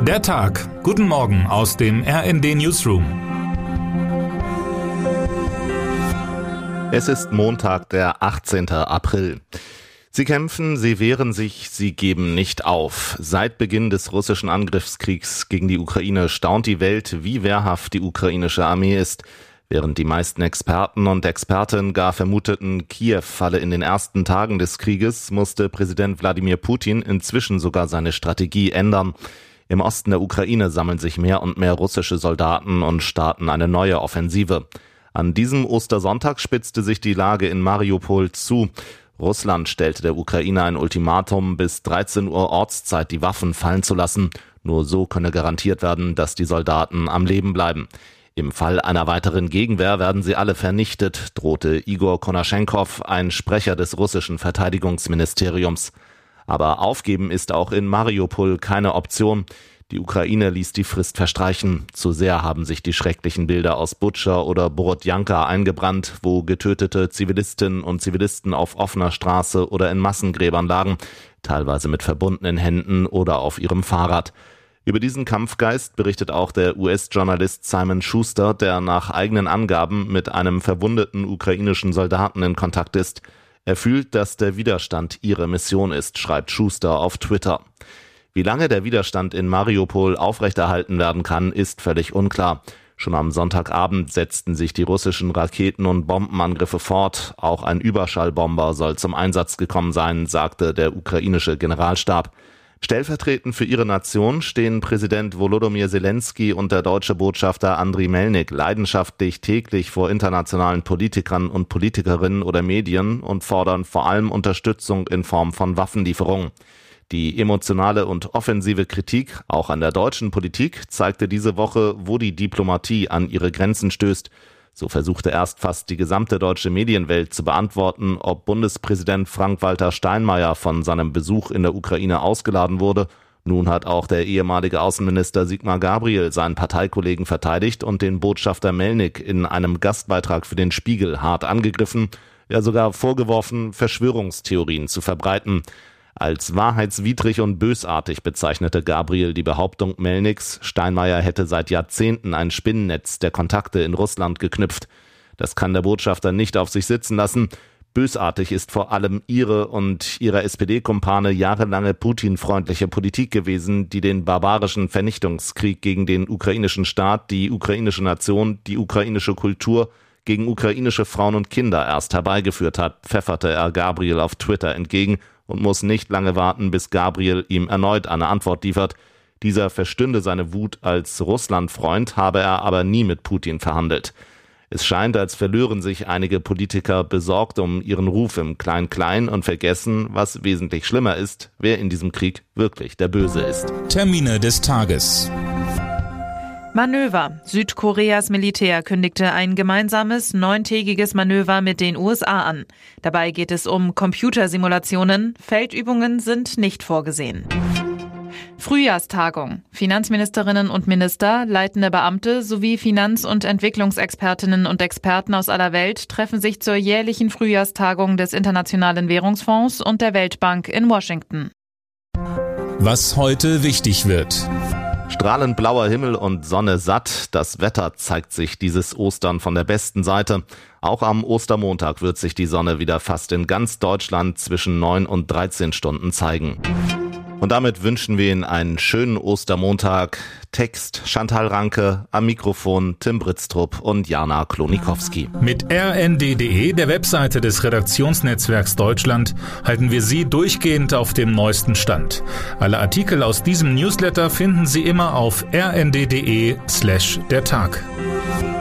Der Tag. Guten Morgen aus dem RND Newsroom. Es ist Montag, der 18. April. Sie kämpfen, sie wehren sich, sie geben nicht auf. Seit Beginn des russischen Angriffskriegs gegen die Ukraine staunt die Welt, wie wehrhaft die ukrainische Armee ist. Während die meisten Experten und Expertinnen gar vermuteten, Kiew falle in den ersten Tagen des Krieges, musste Präsident Wladimir Putin inzwischen sogar seine Strategie ändern. Im Osten der Ukraine sammeln sich mehr und mehr russische Soldaten und starten eine neue Offensive. An diesem Ostersonntag spitzte sich die Lage in Mariupol zu. Russland stellte der Ukraine ein Ultimatum, bis 13 Uhr Ortszeit die Waffen fallen zu lassen. Nur so könne garantiert werden, dass die Soldaten am Leben bleiben. Im Fall einer weiteren Gegenwehr werden sie alle vernichtet, drohte Igor Konaschenkov, ein Sprecher des russischen Verteidigungsministeriums. Aber aufgeben ist auch in Mariupol keine Option. Die Ukraine ließ die Frist verstreichen. Zu sehr haben sich die schrecklichen Bilder aus Butscha oder Borodjanka eingebrannt, wo getötete Zivilistinnen und Zivilisten auf offener Straße oder in Massengräbern lagen, teilweise mit verbundenen Händen oder auf ihrem Fahrrad. Über diesen Kampfgeist berichtet auch der US-Journalist Simon Schuster, der nach eigenen Angaben mit einem verwundeten ukrainischen Soldaten in Kontakt ist. Er fühlt, dass der Widerstand ihre Mission ist, schreibt Schuster auf Twitter. Wie lange der Widerstand in Mariupol aufrechterhalten werden kann, ist völlig unklar. Schon am Sonntagabend setzten sich die russischen Raketen- und Bombenangriffe fort. Auch ein Überschallbomber soll zum Einsatz gekommen sein, sagte der ukrainische Generalstab. Stellvertretend für ihre Nation stehen Präsident Volodymyr Zelensky und der deutsche Botschafter Andriy Melnik leidenschaftlich täglich vor internationalen Politikern und Politikerinnen oder Medien und fordern vor allem Unterstützung in Form von Waffenlieferungen. Die emotionale und offensive Kritik, auch an der deutschen Politik, zeigte diese Woche, wo die Diplomatie an ihre Grenzen stößt. So versuchte erst fast die gesamte deutsche Medienwelt zu beantworten, ob Bundespräsident Frank-Walter Steinmeier von seinem Besuch in der Ukraine ausgeladen wurde. Nun hat auch der ehemalige Außenminister Sigmar Gabriel seinen Parteikollegen verteidigt und den Botschafter Melnik in einem Gastbeitrag für den Spiegel hart angegriffen, ja sogar vorgeworfen, Verschwörungstheorien zu verbreiten. Als wahrheitswidrig und bösartig bezeichnete Gabriel die Behauptung Melniks, Steinmeier hätte seit Jahrzehnten ein Spinnennetz der Kontakte in Russland geknüpft. Das kann der Botschafter nicht auf sich sitzen lassen. Bösartig ist vor allem ihre und ihrer SPD-Kumpane jahrelange Putin-freundliche Politik gewesen, die den barbarischen Vernichtungskrieg gegen den ukrainischen Staat, die ukrainische Nation, die ukrainische Kultur gegen ukrainische Frauen und Kinder erst herbeigeführt hat, pfefferte er Gabriel auf Twitter entgegen und muss nicht lange warten, bis Gabriel ihm erneut eine Antwort liefert. Dieser verstünde seine Wut als Russlandfreund, habe er aber nie mit Putin verhandelt. Es scheint, als verlören sich einige Politiker besorgt um ihren Ruf im Klein-Klein und vergessen, was wesentlich schlimmer ist, wer in diesem Krieg wirklich der Böse ist. Termine des Tages. Manöver. Südkoreas Militär kündigte ein gemeinsames 9-tägiges Manöver mit den USA an. Dabei geht es um Computersimulationen. Feldübungen sind nicht vorgesehen. Frühjahrstagung. Finanzministerinnen und Minister, leitende Beamte sowie Finanz- und Entwicklungsexpertinnen und Experten aus aller Welt treffen sich zur jährlichen Frühjahrstagung des Internationalen Währungsfonds und der Weltbank in Washington. Was heute wichtig wird. Strahlend blauer Himmel und Sonne satt. Das Wetter zeigt sich dieses Ostern von der besten Seite. Auch am Ostermontag wird sich die Sonne wieder fast in ganz Deutschland zwischen 9 und 13 Stunden zeigen. Und damit wünschen wir Ihnen einen schönen Ostermontag. Text Chantal Ranke, am Mikrofon Tim Britztrup und Jana Klonikowski. Mit rnd.de, der Webseite des Redaktionsnetzwerks Deutschland, halten wir Sie durchgehend auf dem neuesten Stand. Alle Artikel aus diesem Newsletter finden Sie immer auf rnd.de/dertag.